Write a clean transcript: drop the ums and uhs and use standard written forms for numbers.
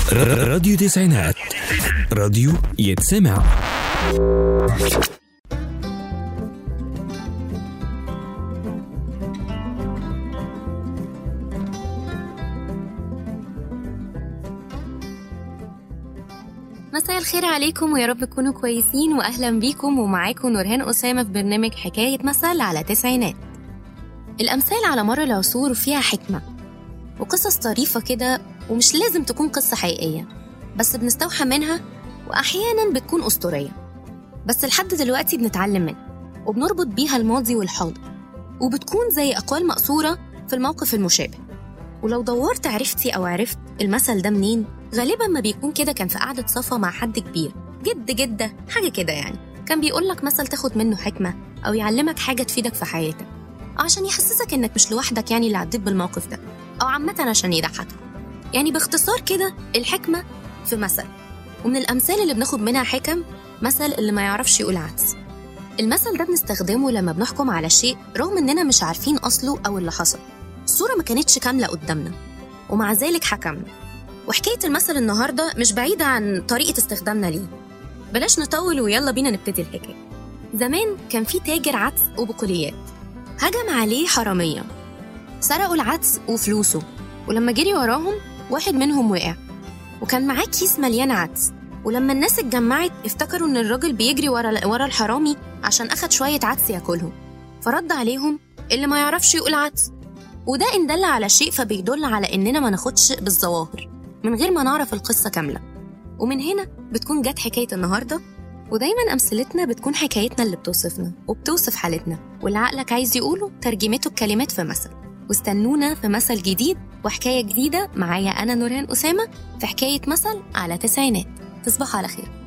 راديو تسعينات، راديو يتسمع. مساء الخير عليكم ويا رب تكونوا كويسين، وأهلا بيكم ومعاكم نورهان أسامة في برنامج حكاية مثل على تسعينات. الأمثال على مر العصور فيها حكمة وقصص طريفة كده، ومش لازم تكون قصة حقيقية، بس بنستوحى منها، وأحيانا بتكون أسطورية بس لحد دلوقتي بنتعلم منها وبنربط بيها الماضي والحاضر، وبتكون زي أقوال مقصورة في الموقف المشابه. ولو دورت عرفتي أو عرفت المثل ده منين، غالباً ما بيكون كده كان في قعدة صفا مع حد كبير، جدة حاجة كده، يعني كان بيقولك مثل تاخد منه حكمة أو يعلمك حاجة تفيدك في حياتك، عشان يحسسك إنك مش لوحدك يعني اللي عديت بالموقف ده، أو عامة عشان يضحكك. يعني باختصار كده الحكمة في مثل. ومن الأمثال اللي بناخد منها حكم مثل اللي ما يعرفش يقول عدس. المثل ده بنستخدمه لما بنحكم على شيء رغم إننا مش عارفين أصله أو اللي حصل، الصورة ما كانتش كاملة قدامنا ومع ذلك حكمنا. وحكاية المثل النهاردة مش بعيدة عن طريقة استخدامنا ليه. بلاش نطول ويلا بينا نبتدي الحكاية. زمان كان في تاجر عدس وبقوليات، هجم عليه حرامية، سرقوا العدس وفلوسه، ولما جري وراهم واحد منهم وقع وكان معاه كيس مليان عدس، ولما الناس اتجمعت افتكروا ان الراجل بيجري ورا الحرامي عشان اخد شوية عدس ياكلهم، فرد عليهم اللي ما يعرفش يقول عدس. وده إن دل على شيء فبيدل على إننا ما ناخدش بالظواهر من غير ما نعرف القصة كاملة. ومن هنا بتكون جت حكاية النهاردة، ودايما أمثلتنا بتكون حكايتنا اللي بتوصفنا وبتوصف حالتنا، واللي عقلك عايز يقوله ترجمته الكلمات في مثل. واستنونا في مثل جديد وحكاية جديدة معايا أنا نورهان أسامة في حكاية مثل على تسعينات. تصبحوا على خير.